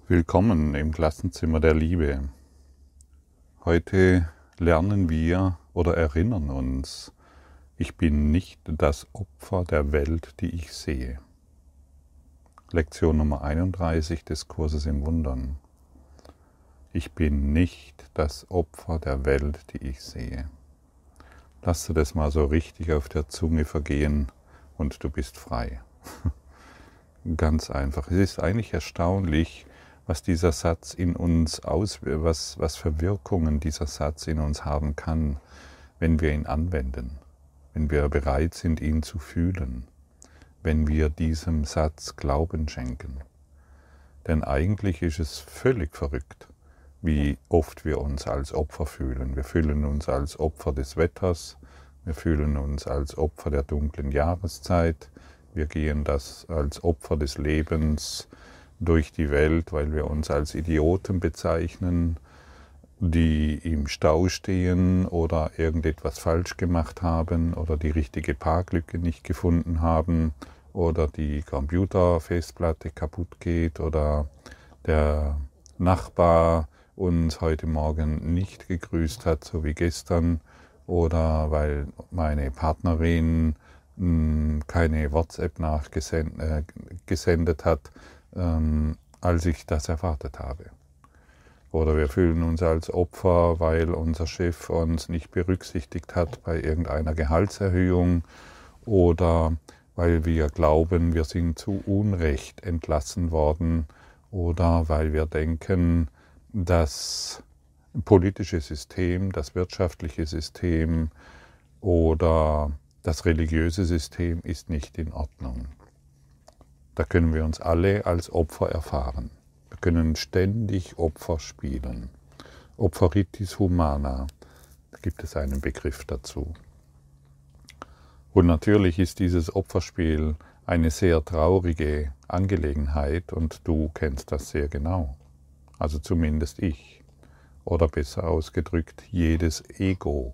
Willkommen im Klassenzimmer der Liebe. Heute lernen wir oder erinnern uns, ich bin nicht das Opfer der Welt, die ich sehe. Lektion Nummer 31 des Kurses im Wundern. Ich bin nicht das Opfer der Welt, die ich sehe. Lass dir das mal so richtig auf der Zunge vergehen und du bist frei. Ganz einfach. Es ist eigentlich erstaunlich, was dieser Satz in uns was für Wirkungen dieser Satz in uns haben kann, wenn wir ihn anwenden, wenn wir bereit sind, ihn zu fühlen, wenn wir diesem Satz Glauben schenken. Denn eigentlich ist es völlig verrückt, wie oft wir uns als Opfer fühlen. Wir fühlen uns als Opfer des Wetters, wir fühlen uns als Opfer der dunklen Jahreszeit, wir gehen das als Opfer des Lebens durch die Welt, weil wir uns als Idioten bezeichnen, die im Stau stehen oder irgendetwas falsch gemacht haben oder die richtige Parklücke nicht gefunden haben oder die Computerfestplatte kaputt geht oder der Nachbar uns heute Morgen nicht gegrüßt hat, so wie gestern, oder weil meine Partnerin keine WhatsApp nachgesendet hat, als ich das erwartet habe. Oder wir fühlen uns als Opfer, weil unser Chef uns nicht berücksichtigt hat bei irgendeiner Gehaltserhöhung oder weil wir glauben, wir sind zu Unrecht entlassen worden oder weil wir denken, das politische System, das wirtschaftliche System oder das religiöse System ist nicht in Ordnung. Da können wir uns alle als Opfer erfahren. Wir können ständig Opfer spielen. Opferitis humana, da gibt es einen Begriff dazu. Und natürlich ist dieses Opferspiel eine sehr traurige Angelegenheit und du kennst das sehr genau. Also zumindest ich. Oder besser ausgedrückt, jedes Ego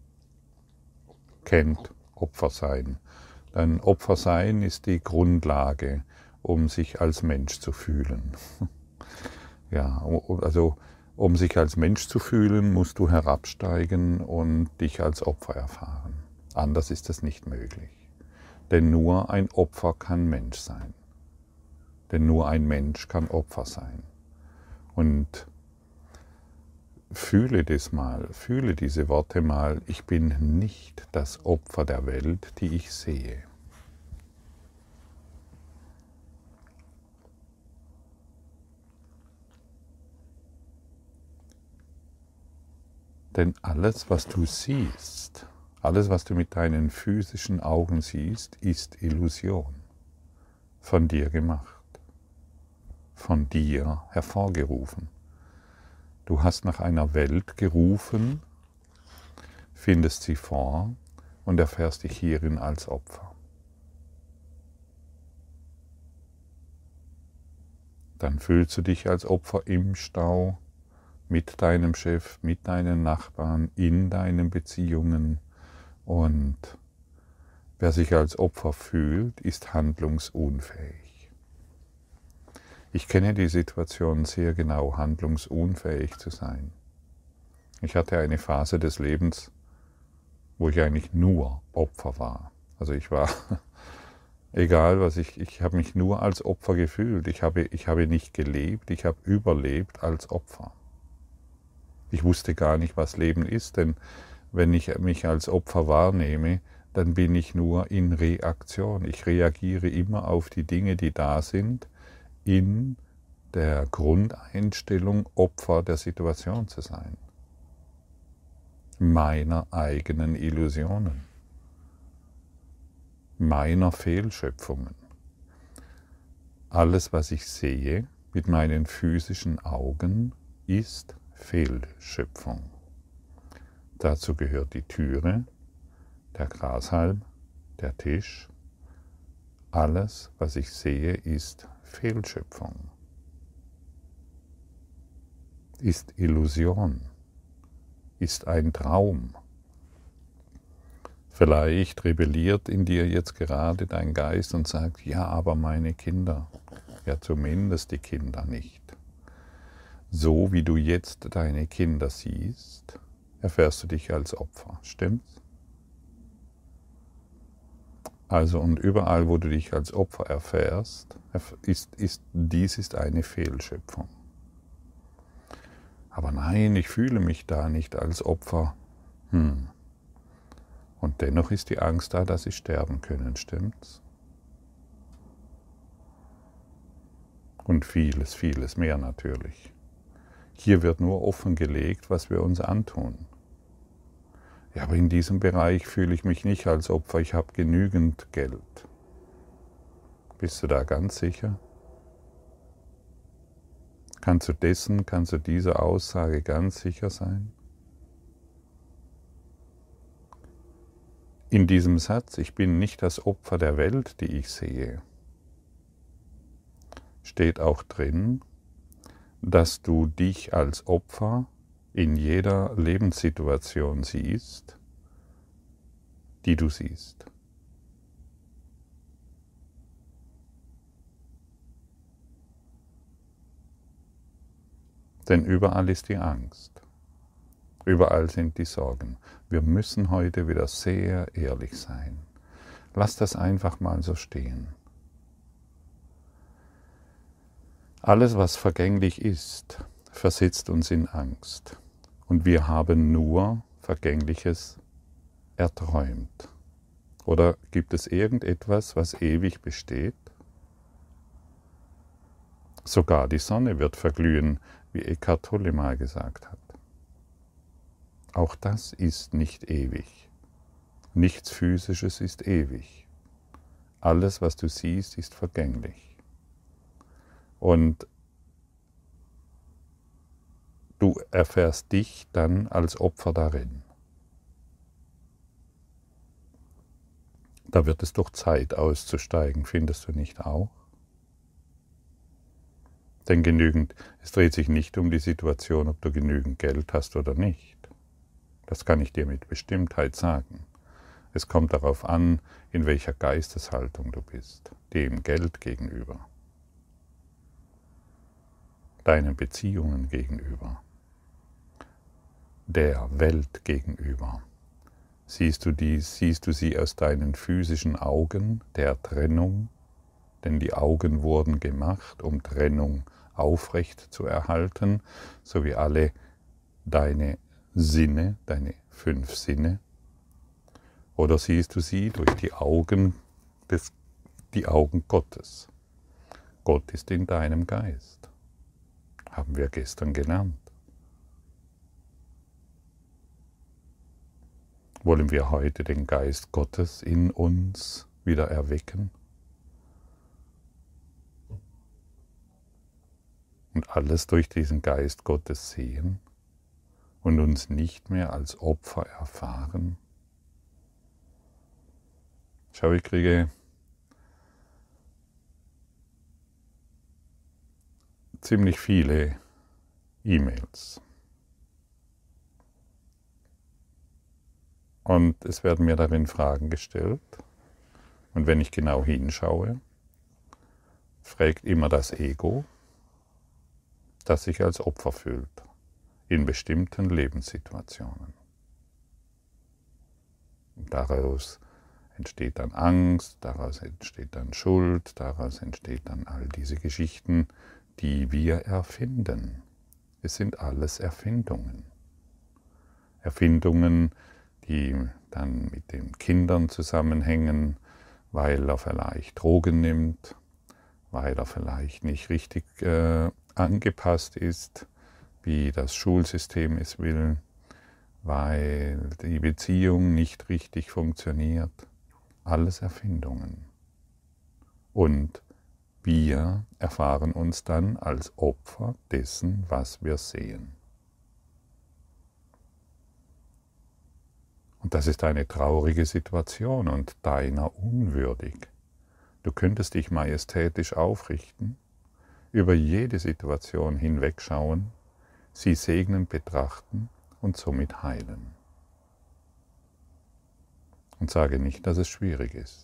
kennt Opfersein. Denn Opfersein ist die Grundlage, um sich als Mensch zu fühlen. Ja, also um sich als Mensch zu fühlen, musst du herabsteigen und dich als Opfer erfahren. Anders ist es nicht möglich. Denn nur ein Opfer kann Mensch sein. Denn nur ein Mensch kann Opfer sein. Und fühle das mal, fühle diese Worte mal, ich bin nicht das Opfer der Welt, die ich sehe. Denn alles, was du siehst, alles, was du mit deinen physischen Augen siehst, ist Illusion, von dir gemacht, von dir hervorgerufen. Du hast nach einer Welt gerufen, findest sie vor und erfährst dich hierin als Opfer. Dann fühlst du dich als Opfer im Stau, mit deinem Chef, mit deinen Nachbarn, in deinen Beziehungen. Und wer sich als Opfer fühlt, ist handlungsunfähig. Ich kenne die Situation sehr genau, handlungsunfähig zu sein. Ich hatte eine Phase des Lebens, wo ich eigentlich nur Opfer war. Also ich war, egal was ich habe mich nur als Opfer gefühlt. Ich habe nicht gelebt, ich habe überlebt als Opfer. Ich wusste gar nicht, was Leben ist, denn wenn ich mich als Opfer wahrnehme, dann bin ich nur in Reaktion. Ich reagiere immer auf die Dinge, die da sind, in der Grundeinstellung, Opfer der Situation zu sein. Meiner eigenen Illusionen, meiner Fehlschöpfungen. Alles, was ich sehe mit meinen physischen Augen, ist Fehlschöpfung. Dazu gehört die Türe, der Grashalm, der Tisch. Alles, was ich sehe, ist Fehlschöpfung, ist Illusion, ist ein Traum. Vielleicht rebelliert in dir jetzt gerade dein Geist und sagt, ja, aber meine Kinder, ja zumindest die Kinder nicht. So wie du jetzt deine Kinder siehst, erfährst du dich als Opfer, stimmt's? Also und überall, wo du dich als Opfer erfährst, dies ist eine Fehlschöpfung. Aber nein, ich fühle mich da nicht als Opfer. Und dennoch ist die Angst da, dass sie sterben können, stimmt's? Und vieles, vieles mehr natürlich. Hier wird nur offengelegt, was wir uns antun. Ja, aber in diesem Bereich fühle ich mich nicht als Opfer, ich habe genügend Geld. Bist du da ganz sicher? Kannst du dieser Aussage ganz sicher sein? In diesem Satz, ich bin nicht das Opfer der Welt, die ich sehe, steht auch drin, dass du dich als Opfer in jeder Lebenssituation siehst, die du siehst. Denn überall ist die Angst, überall sind die Sorgen. Wir müssen heute wieder sehr ehrlich sein. Lass das einfach mal so stehen. Alles, was vergänglich ist, versetzt uns in Angst. Und wir haben nur Vergängliches erträumt. Oder gibt es irgendetwas, was ewig besteht? Sogar die Sonne wird verglühen, wie Eckhart Tolle mal gesagt hat. Auch das ist nicht ewig. Nichts Physisches ist ewig. Alles, was du siehst, ist vergänglich. Und du erfährst dich dann als Opfer darin. Da wird es doch Zeit auszusteigen, findest du nicht auch? Denn es dreht sich nicht um die Situation, ob du genügend Geld hast oder nicht. Das kann ich dir mit Bestimmtheit sagen. Es kommt darauf an, in welcher Geisteshaltung du bist, dem Geld gegenüber, deinen Beziehungen gegenüber, der Welt gegenüber. Siehst du sie aus deinen physischen Augen der Trennung, denn die Augen wurden gemacht, um Trennung aufrecht zu erhalten, so wie alle deine Sinne, deine 5 Sinne? Oder siehst du sie durch die Augen Gottes? Gott ist in deinem Geist. Haben wir gestern gelernt. Wollen wir heute den Geist Gottes in uns wieder erwecken? Und alles durch diesen Geist Gottes sehen und uns nicht mehr als Opfer erfahren? Schau, ich kriege ziemlich viele E-Mails. Und es werden mir darin Fragen gestellt. Und wenn ich genau hinschaue, fragt immer das Ego, das sich als Opfer fühlt in bestimmten Lebenssituationen. Und daraus entsteht dann Angst, daraus entsteht dann Schuld, daraus entsteht dann all diese Geschichten, die wir erfinden. Es sind alles Erfindungen. Erfindungen, die dann mit den Kindern zusammenhängen, weil er vielleicht Drogen nimmt, weil er vielleicht nicht richtig angepasst ist, wie das Schulsystem es will, weil die Beziehung nicht richtig funktioniert. Alles Erfindungen. Und wir erfahren uns dann als Opfer dessen, was wir sehen. Und das ist eine traurige Situation und deiner unwürdig. Du könntest dich majestätisch aufrichten, über jede Situation hinwegschauen, sie segnend betrachten und somit heilen. Und sage nicht, dass es schwierig ist.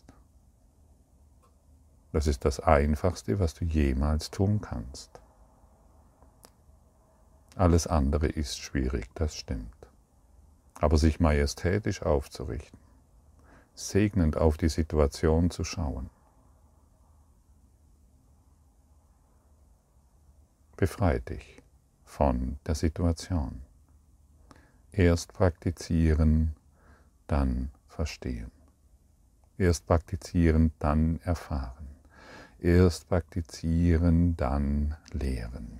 Das ist das Einfachste, was du jemals tun kannst. Alles andere ist schwierig, das stimmt. Aber sich majestätisch aufzurichten, segnend auf die Situation zu schauen, befreit dich von der Situation. Erst praktizieren, dann verstehen. Erst praktizieren, dann erfahren. Erst praktizieren, dann lehren.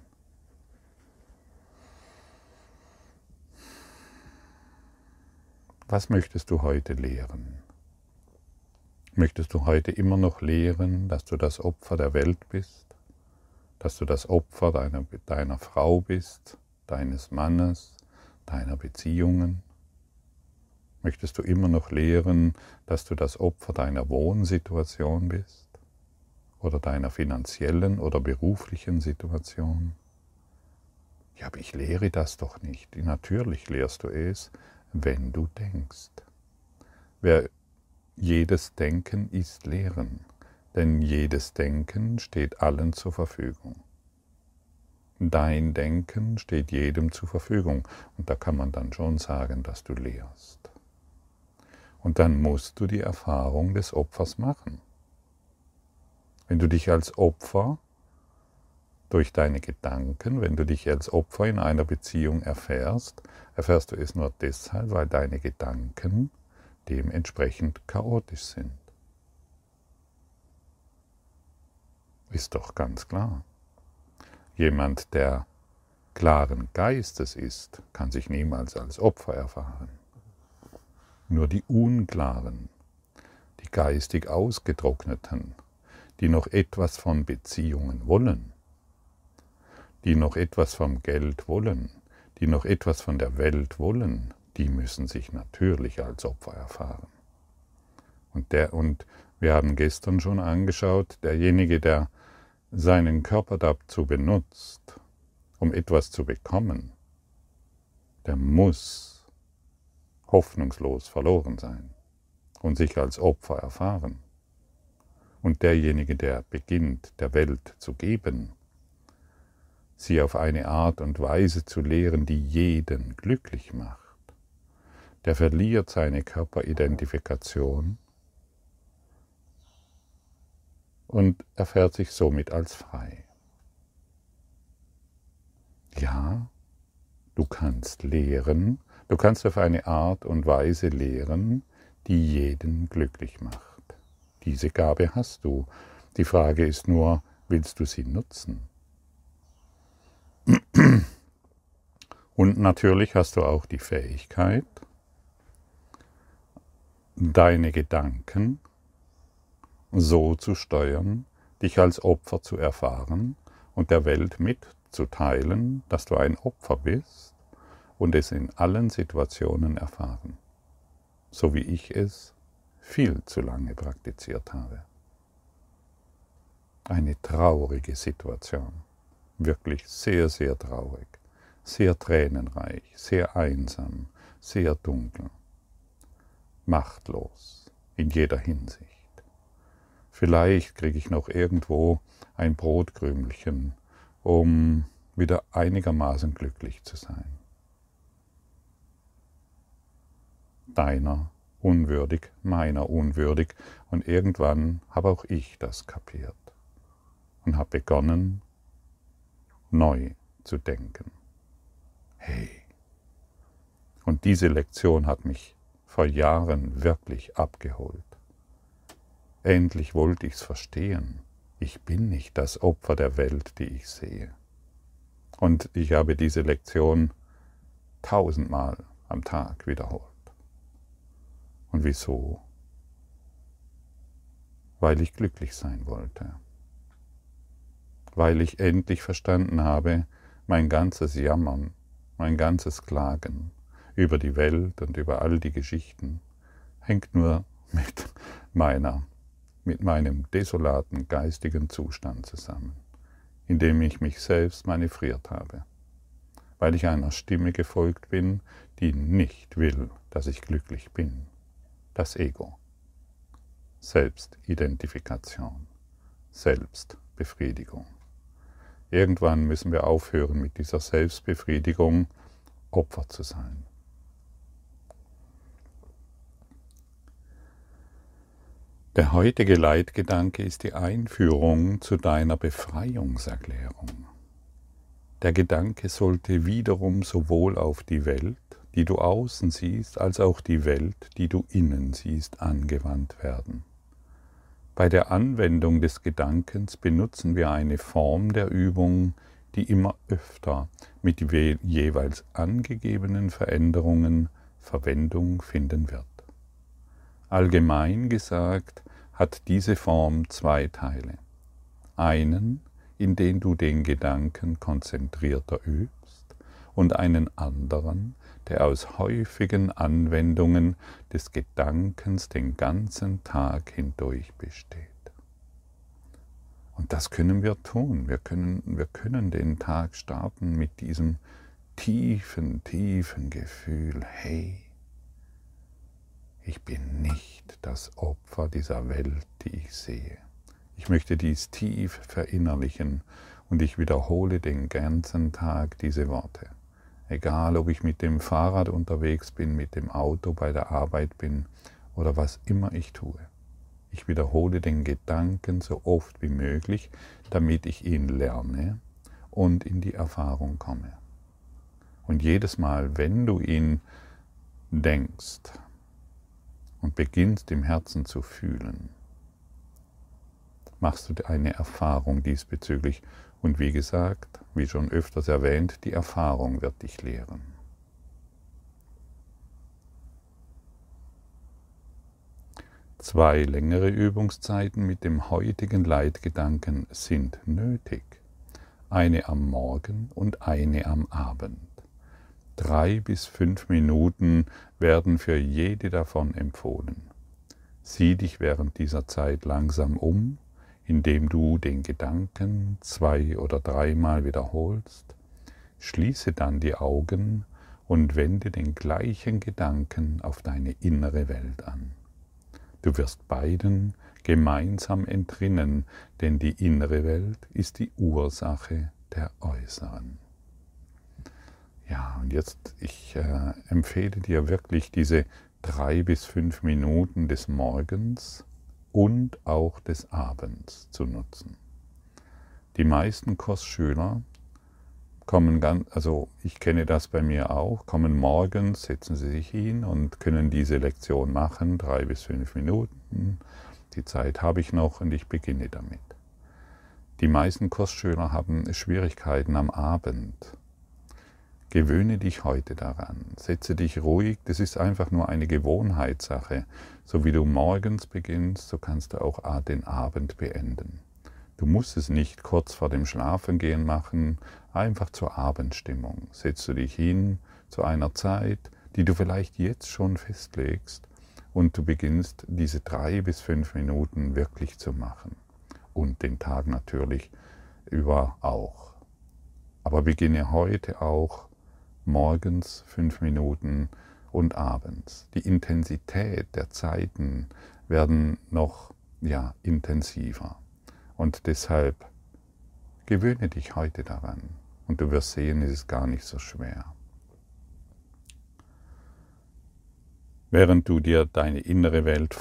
Was möchtest du heute lehren? Möchtest du heute immer noch lehren, dass du das Opfer der Welt bist? Dass du das Opfer deiner Frau bist, deines Mannes, deiner Beziehungen? Möchtest du immer noch lehren, dass du das Opfer deiner Wohnsituation bist? Oder deiner finanziellen oder beruflichen Situation? Ja, aber ich lehre das doch nicht. Natürlich lehrst du es, wenn du denkst. Jedes Denken ist Lehren, denn jedes Denken steht allen zur Verfügung. Dein Denken steht jedem zur Verfügung und da kann man dann schon sagen, dass du lehrst. Und dann musst du die Erfahrung des Opfers machen. Wenn du dich als Opfer durch deine Gedanken, wenn du dich als Opfer in einer Beziehung erfährst, erfährst du es nur deshalb, weil deine Gedanken dementsprechend chaotisch sind. Ist doch ganz klar. Jemand, der klaren Geistes ist, kann sich niemals als Opfer erfahren. Nur die Unklaren, die geistig Ausgetrockneten, die noch etwas von Beziehungen wollen, die noch etwas vom Geld wollen, die noch etwas von der Welt wollen, die müssen sich natürlich als Opfer erfahren. Und wir haben gestern schon angeschaut, derjenige, der seinen Körper dazu benutzt, um etwas zu bekommen, der muss hoffnungslos verloren sein und sich als Opfer erfahren. Und derjenige, der beginnt, der Welt zu geben, sie auf eine Art und Weise zu lehren, die jeden glücklich macht, der verliert seine Körperidentifikation und erfährt sich somit als frei. Ja, du kannst lehren, du kannst auf eine Art und Weise lehren, die jeden glücklich macht. Diese Gabe hast du. Die Frage ist nur, willst du sie nutzen? Und natürlich hast du auch die Fähigkeit, deine Gedanken so zu steuern, dich als Opfer zu erfahren und der Welt mitzuteilen, dass du ein Opfer bist und es in allen Situationen erfahren, so wie ich es viel zu lange praktiziert habe. Eine traurige Situation, wirklich sehr, sehr traurig, sehr tränenreich, sehr einsam, sehr dunkel, machtlos in jeder Hinsicht. Vielleicht kriege ich noch irgendwo ein Brotkrümelchen, um wieder einigermaßen glücklich zu sein. Deiner unwürdig, meiner unwürdig, und irgendwann habe auch ich das kapiert und habe begonnen, neu zu denken. Hey, und diese Lektion hat mich vor Jahren wirklich abgeholt. Endlich wollte ich es verstehen. Ich bin nicht das Opfer der Welt, die ich sehe. Und ich habe diese Lektion 1000-mal am Tag wiederholt. Und wieso? Weil ich glücklich sein wollte. Weil ich endlich verstanden habe, mein ganzes Jammern, mein ganzes Klagen über die Welt und über all die Geschichten hängt nur mit meinem desolaten geistigen Zustand zusammen, in dem ich mich selbst manövriert habe, weil ich einer Stimme gefolgt bin, die nicht will, dass ich glücklich bin. Das Ego. Selbstidentifikation. Selbstbefriedigung. Irgendwann müssen wir aufhören mit dieser Selbstbefriedigung, Opfer zu sein. Der heutige Leitgedanke ist die Einführung zu deiner Befreiungserklärung. Der Gedanke sollte wiederum sowohl auf die Welt, die du außen siehst, als auch die Welt, die du innen siehst, angewandt werden. Bei der Anwendung des Gedankens benutzen wir eine Form der Übung, die immer öfter mit jeweils angegebenen Veränderungen Verwendung finden wird. Allgemein gesagt hat diese Form zwei Teile. Einen, in den du den Gedanken konzentrierter übst, und einen anderen, der aus häufigen Anwendungen des Gedankens den ganzen Tag hindurch besteht. Und das können wir tun. Wir können den Tag starten mit diesem tiefen, tiefen Gefühl, hey, ich bin nicht das Opfer dieser Welt, die ich sehe. Ich möchte dies tief verinnerlichen und ich wiederhole den ganzen Tag diese Worte. Egal, ob ich mit dem Fahrrad unterwegs bin, mit dem Auto bei der Arbeit bin oder was immer ich tue. Ich wiederhole den Gedanken so oft wie möglich, damit ich ihn lerne und in die Erfahrung komme. Und jedes Mal, wenn du ihn denkst und beginnst im Herzen zu fühlen, machst du eine Erfahrung diesbezüglich. Und wie gesagt, wie schon öfters erwähnt, die Erfahrung wird dich lehren. Zwei längere Übungszeiten mit dem heutigen Leitgedanken sind nötig. Eine am Morgen und eine am Abend. 3 bis 5 Minuten werden für jede davon empfohlen. Sieh dich während dieser Zeit langsam um, indem du den Gedanken 2- oder 3-mal wiederholst, schließe dann die Augen und wende den gleichen Gedanken auf deine innere Welt an. Du wirst beiden gemeinsam entrinnen, denn die innere Welt ist die Ursache der äußeren. Ja, und jetzt, ich empfehle dir wirklich diese 3 bis 5 Minuten des Morgens und auch des Abends zu nutzen. Die meisten Kursschüler kommen also ich kenne das bei mir auch, kommen morgens, setzen sie sich hin und können diese Lektion machen, 3 bis 5 Minuten. Die Zeit habe ich noch und ich beginne damit. Die meisten Kursschüler haben Schwierigkeiten am Abend. Gewöhne dich heute daran, setze dich ruhig, das ist einfach nur eine Gewohnheitssache. So wie du morgens beginnst, so kannst du auch den Abend beenden. Du musst es nicht kurz vor dem Schlafengehen machen, einfach zur Abendstimmung. Setzt du dich hin zu einer Zeit, die du vielleicht jetzt schon festlegst und du beginnst diese 3 bis 5 Minuten wirklich zu machen. Und den Tag natürlich über auch. Aber beginne heute auch morgens 5 Minuten und abends. Die Intensität der Zeiten werden noch intensiver. Und deshalb gewöhne dich heute daran. Und du wirst sehen, es ist gar nicht so schwer. Während du dir deine innere Welt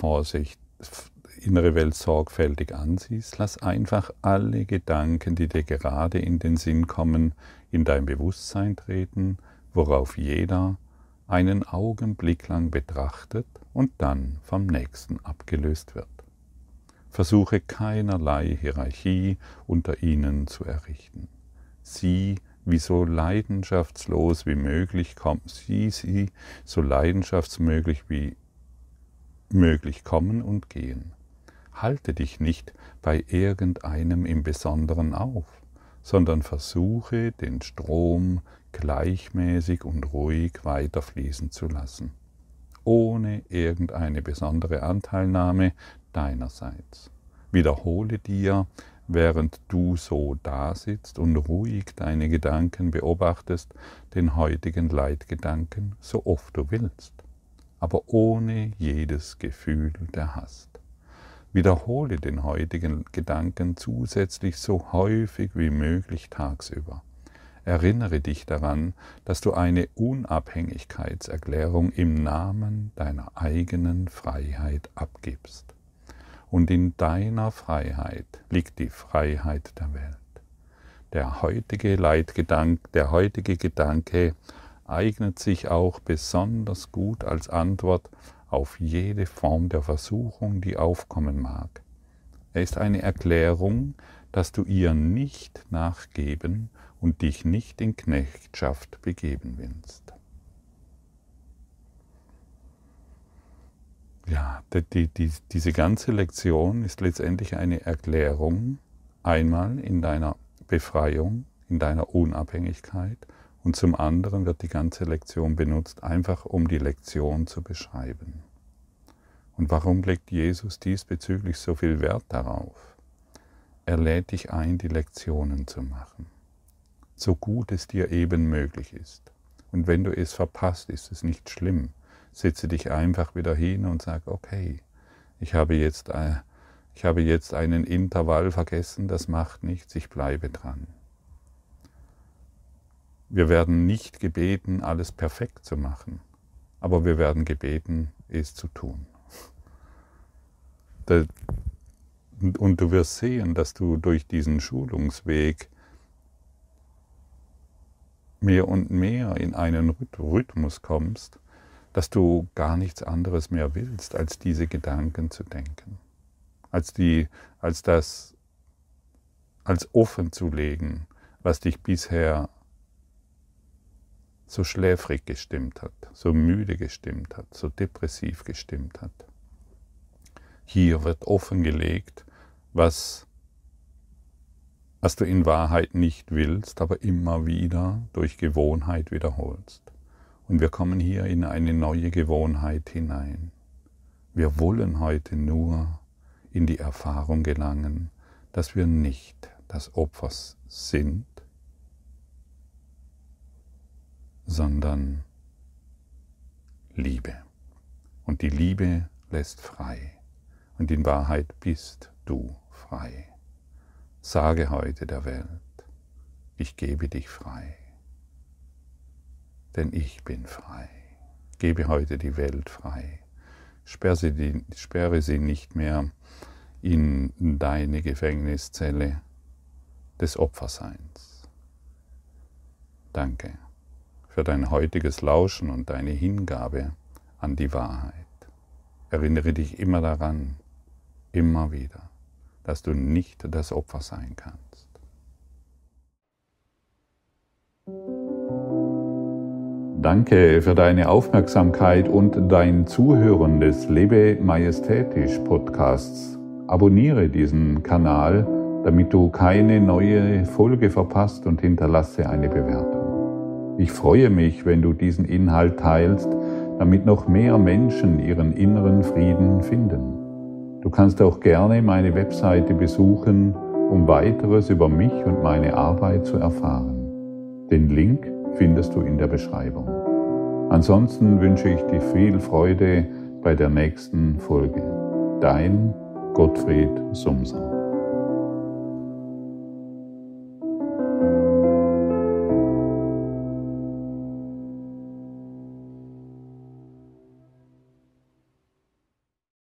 sorgfältig ansiehst, lass einfach alle Gedanken, die dir gerade in den Sinn kommen, in dein Bewusstsein treten, worauf jeder einen Augenblick lang betrachtet und dann vom nächsten abgelöst wird. Versuche keinerlei Hierarchie unter ihnen zu errichten. Sieh, wie so leidenschaftslos wie möglich sie so leidenschaftsmöglich wie möglich kommen und gehen. Halte dich nicht bei irgendeinem im Besonderen auf, sondern versuche, den Strom gleichmäßig und ruhig weiterfließen zu lassen, ohne irgendeine besondere Anteilnahme deinerseits. Wiederhole dir, während du so dasitzt und ruhig deine Gedanken beobachtest, den heutigen Leitgedanken so oft du willst, aber ohne jedes Gefühl der Hast. Wiederhole den heutigen Gedanken zusätzlich so häufig wie möglich tagsüber. Erinnere dich daran, dass du eine Unabhängigkeitserklärung im Namen deiner eigenen Freiheit abgibst. Und in deiner Freiheit liegt die Freiheit der Welt. Der heutige Gedanke eignet sich auch besonders gut als Antwort auf jede Form der Versuchung, die aufkommen mag. Er ist eine Erklärung, dass du ihr nicht nachgeben und dich nicht in Knechtschaft begeben willst. Ja, diese ganze Lektion ist letztendlich eine Erklärung, einmal in deiner Befreiung, in deiner Unabhängigkeit, und zum anderen wird die ganze Lektion benutzt, einfach um die Lektion zu beschreiben. Und warum legt Jesus diesbezüglich so viel Wert darauf? Er lädt dich ein, die Lektionen zu machen, so gut es dir eben möglich ist. Und wenn du es verpasst, ist es nicht schlimm. Setze dich einfach wieder hin und sag, okay, ich habe jetzt einen Intervall vergessen, das macht nichts, ich bleibe dran. Wir werden nicht gebeten, alles perfekt zu machen, aber wir werden gebeten, es zu tun. Und du wirst sehen, dass du durch diesen Schulungsweg mehr und mehr in einen Rhythmus kommst, dass du gar nichts anderes mehr willst, als diese Gedanken zu denken, als offen zu legen, was dich bisher so schläfrig gestimmt hat, so müde gestimmt hat, so depressiv gestimmt hat. Hier wird offengelegt, was du in Wahrheit nicht willst, aber immer wieder durch Gewohnheit wiederholst. Und wir kommen hier in eine neue Gewohnheit hinein. Wir wollen heute nur in die Erfahrung gelangen, dass wir nicht das Opfer sind, sondern Liebe. Und die Liebe lässt frei. Und in Wahrheit bist du frei. Sage heute der Welt, ich gebe dich frei. Denn ich bin frei. Gebe heute die Welt frei. Sperre sie nicht mehr in deine Gefängniszelle des Opferseins. Danke für dein heutiges Lauschen und deine Hingabe an die Wahrheit. Erinnere dich immer daran, immer wieder, dass du nicht das Opfer sein kannst. Danke für deine Aufmerksamkeit und dein Zuhören des Lebe Majestätisch Podcasts. Abonniere diesen Kanal, damit du keine neue Folge verpasst, und hinterlasse eine Bewertung. Ich freue mich, wenn du diesen Inhalt teilst, damit noch mehr Menschen ihren inneren Frieden finden. Du kannst auch gerne meine Webseite besuchen, um weiteres über mich und meine Arbeit zu erfahren. Den Link findest du in der Beschreibung. Ansonsten wünsche ich dir viel Freude bei der nächsten Folge. Dein Gottfried Sumser.